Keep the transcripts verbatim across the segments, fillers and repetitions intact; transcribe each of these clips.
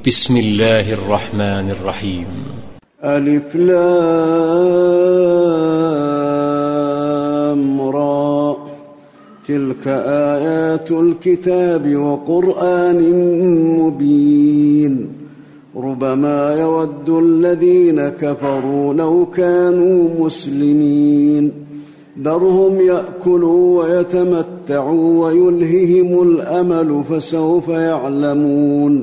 بسم الله الرحمن الرحيم. ألف لام را، تلك آيات الكتاب وقرآن مبين. ربما يود الذين كفروا لو كانوا مسلمين. ذرهم يأكلوا ويتمتعوا ويلههم الأمل فسوف يعلمون.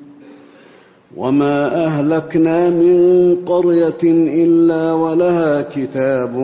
وما أهلكنا من قرية إلا ولها كتاب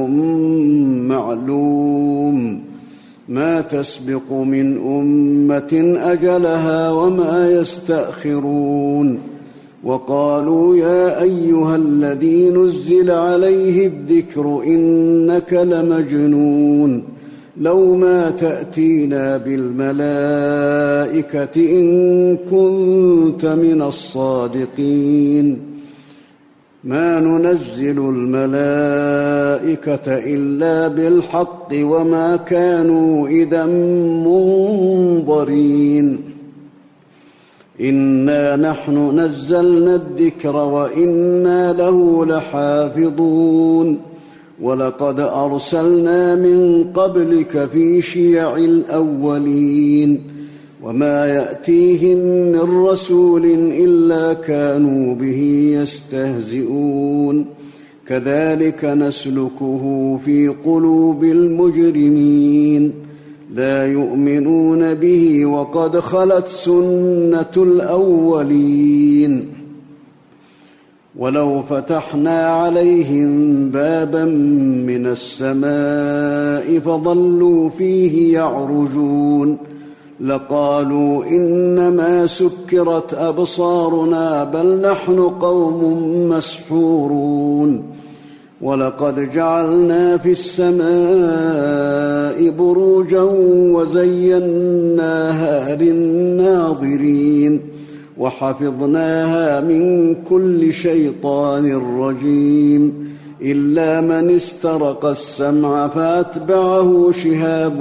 معلوم، ما تسبق من أمة أجلها وما يستأخرون. وقالوا يا أيها الذي نزل عليه الذكر إنك لمجنون، لو ما تأتينا بالملائكة إن كنت من الصادقين. ما ننزل الملائكة إلا بالحق وما كانوا إذا منظرين. إنا نحن نزلنا الذكر وإنا له لحافظون. ولقد أرسلنا من قبلك في شيع الأولين، وما يأتيهم من رسول إلا كانوا به يستهزئون. كذلك نسلكه في قلوب المجرمين، لا يؤمنون به وقد خلت سنة الأولين. ولو فتحنا عليهم بابا من السماء فظلوا فيه يعرجون لقالوا إنما سكرت أبصارنا بل نحن قوم مسحورون. ولقد جعلنا في السماء بروجا وزيناها للناظرين وحفظناها من كل شيطان رجيم إلا من استرق السمع فأتبعه شهاب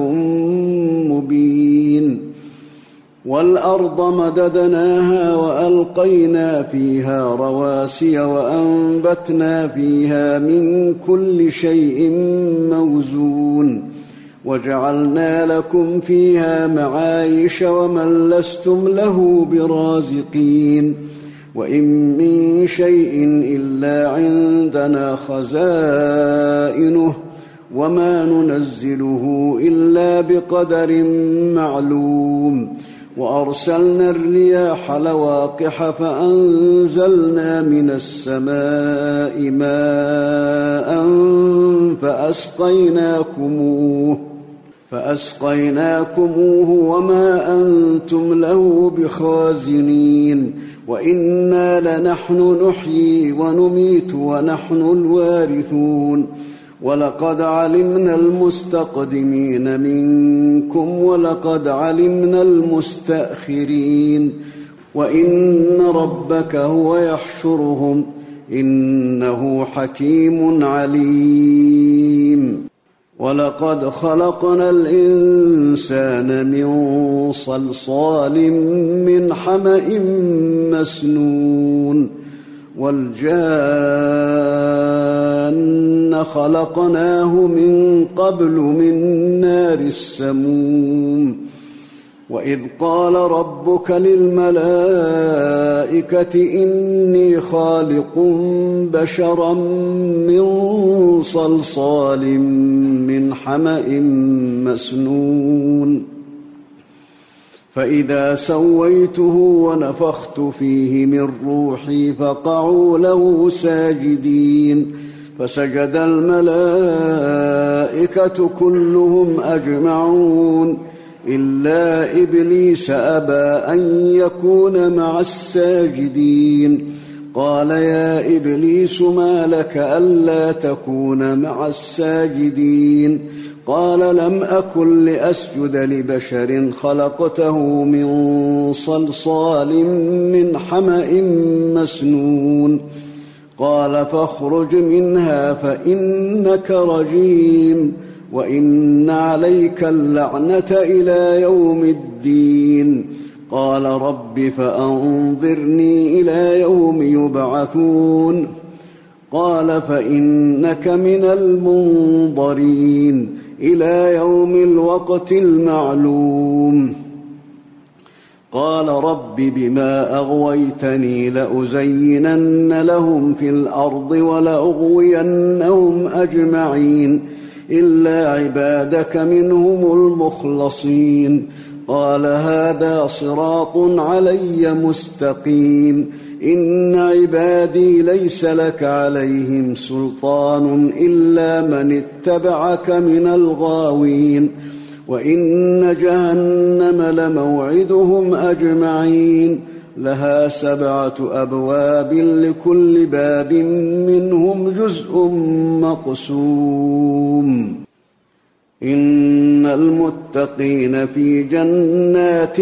مبين. والأرض مددناها وألقينا فيها رواسي وأنبتنا فيها من كل شيء موزون وجعلنا لكم فيها معايش ومن لستم له برازقين. وإن من شيء إلا عندنا خزائنه وما ننزله إلا بقدر معلوم. وأرسلنا الرياح لواقح فأنزلنا من السماء ماء فأسقيناكموه فأسقيناكموه وما أنتم له بخازنين. وإنا لنحن نحيي ونميت ونحن الوارثون. ولقد علمنا المستقدمين منكم ولقد علمنا المستأخرين. وإن ربك هو يحشرهم إنه حكيم عليم. ولقد خلقنا الإنسان من صلصال من حمأ مسنون. والجان خلقناه من قبل من نار السموم. وإذ قال ربك للملائكة إني خالق بشرا من صلصال من حمأ مسنون. فإذا سويته ونفخت فيه من روحي فقعوا له ساجدين. فسجد الملائكة كلهم أجمعون إلا إبليس أبى أن يكون مع الساجدين. قال يا إبليس ما لك ألا تكون مع الساجدين؟ قال لم أكن لأسجد لبشر خلقته من صلصال من حمأ مسنون. قال فاخرج منها فإنك رجيم وإن عليك اللعنة إلى يوم الدين. قال رب فأنظرني إلى يوم يبعثون قال فإنك من المنظرين إلى يوم الوقت المعلوم قال رب بما أغويتني لأزينن لهم في الأرض ولأغوينهم أجمعين إلا عبادك منهم المخلصين قال هذا صراط علي مستقيم إن عبادي ليس لك عليهم سلطان إلا من اتبعك من الغاوين وإن جهنم لموعدهم أجمعين لها سبعة أبواب لكل باب منهم جزء مقسوم إن المتقين في جنات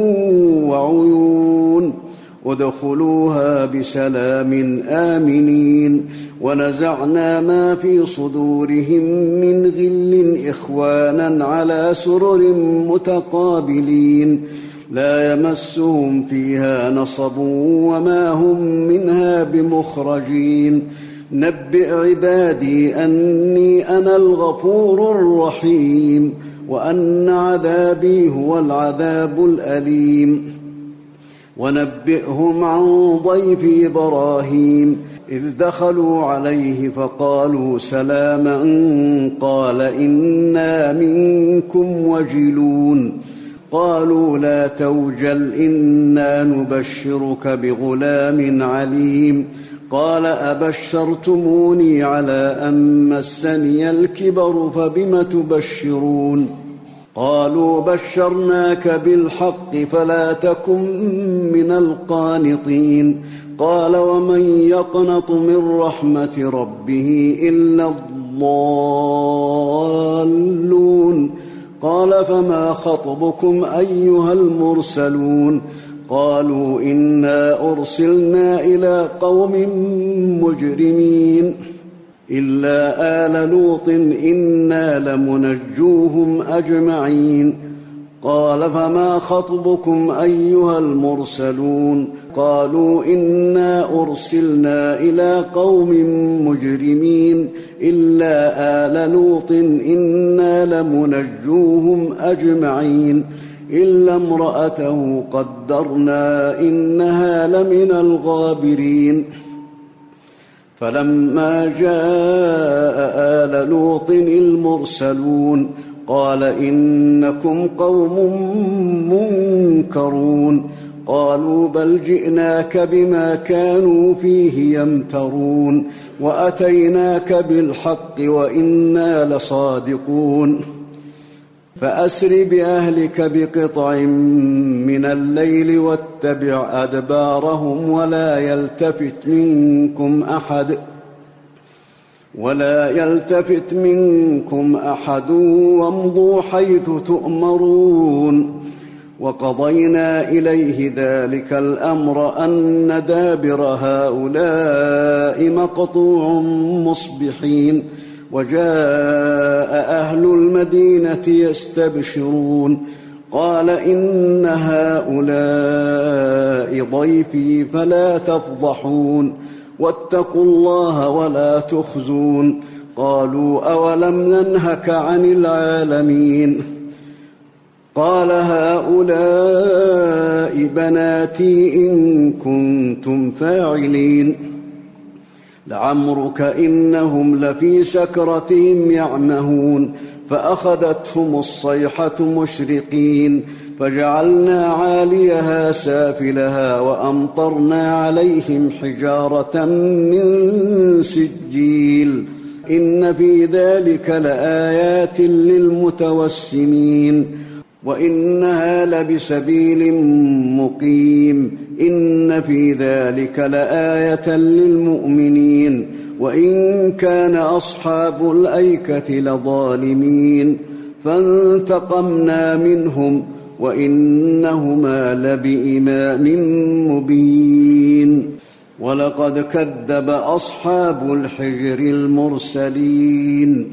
وعيون ادخلوها بسلام آمنين ونزعنا ما في صدورهم من غل إخوانا على سرر متقابلين لا يمسهم فيها نصب وما هم منها بمخرجين نبئ عبادي أني أنا الغفور الرحيم وأن عذابي هو العذاب الأليم ونبئهم عن ضيف إبراهيم إذ دخلوا عليه فقالوا سلاما قال إنا منكم وجلون قالوا لا توجل إنا نبشرك بغلام عليم قال أبشرتموني على أن مسني الكبر فبم تبشرون قالوا بشرناك بالحق فلا تكن من القانطين قال ومن يقنط من رحمة ربه إلا الضالون قال فما خطبكم أيها المرسلون قالوا إنا أرسلنا إلى قوم مجرمين إلا آل لوط إنا لمنجوهم أجمعين قال فما خطبكم أيها المرسلون قالوا إنا أرسلنا إلى قوم مجرمين إلا آل لوط إنا لمنجوهم أجمعين إلا امرأته قدرنا إنها لمن الغابرين فلما جاء آل لوط المرسلون قال إنكم قوم منكرون قالوا بل جئناك بما كانوا فيه يمترون وأتيناك بالحق وإنا لصادقون فأسر بأهلك بقطع من الليل واتبع أدبارهم ولا يلتفت منكم أحد ولا يلتفت منكم أحد وامضوا حيث تؤمرون وقضينا إليه ذلك الأمر أن دابر هؤلاء مقطوع مصبحين وجاء أهل المدينة يستبشرون قال إن هؤلاء ضيفي فلا تفضحون واتقوا الله ولا تخزون قالوا أولم ننهك عن العالمين قال هؤلاء بناتي إن كنتم فاعلين لعمرك إنهم لفي سكرتهم يعمهون فأخذتهم الصيحة مشرقين فجعلنا عاليها سافلها وأمطرنا عليهم حجارة من سجيل إن في ذلك لآيات للمتوسمين وإنها لبسبيل مقيم إن في ذلك لآية للمؤمنين وإن كان أصحاب الأيكة لظالمين فانتقمنا منهم وإنهما لبإمام مبين ولقد كذب أصحاب الحجر المرسلين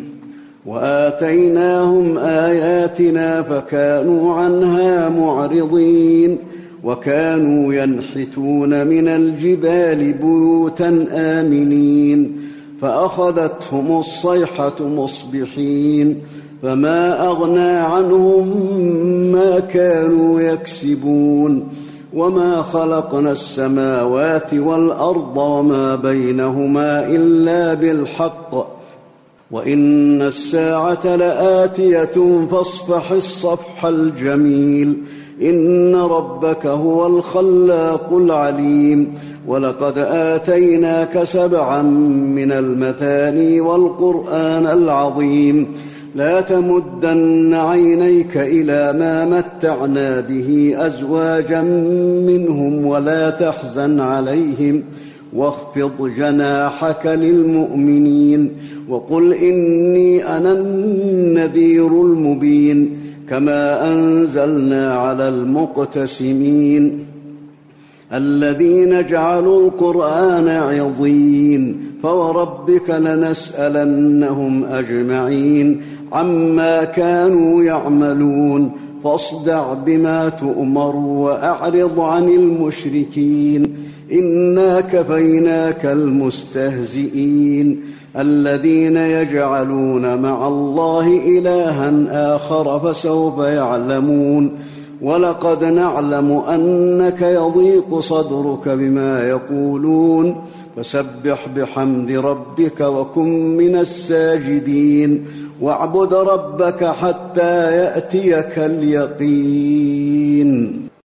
وآتيناهم آياتنا فكانوا عنها معرضين وكانوا ينحتون من الجبال بيوتا آمنين فأخذتهم الصيحة مصبحين فما أغنى عنهم ما كانوا يكسبون وما خلقنا السماوات والأرض وما بينهما إلا بالحق وإن الساعة لآتية فاصفح الصفح الجميل إن ربك هو الخلاق العليم ولقد آتيناك سبعا من المثاني والقرآن العظيم لا تمدن عينيك إلى ما متعنا به أزواجا منهم ولا تحزن عليهم واخفض جناحك للمؤمنين وقل إني أنا النذير المبين كما أنزلنا على المقتسمين الذين جعلوا القرآن عضين فوربك لنسألنهم أجمعين عما كانوا يعملون فاصدع بما تؤمر وأعرض عن المشركين إنا كفيناك المستهزئين الذين يجعلون مع الله إلها آخر فسوف يعلمون ولقد نعلم أنك يضيق صدرك بما يقولون فسبح بحمد ربك وكن من الساجدين واعبد ربك حتى يأتيك اليقين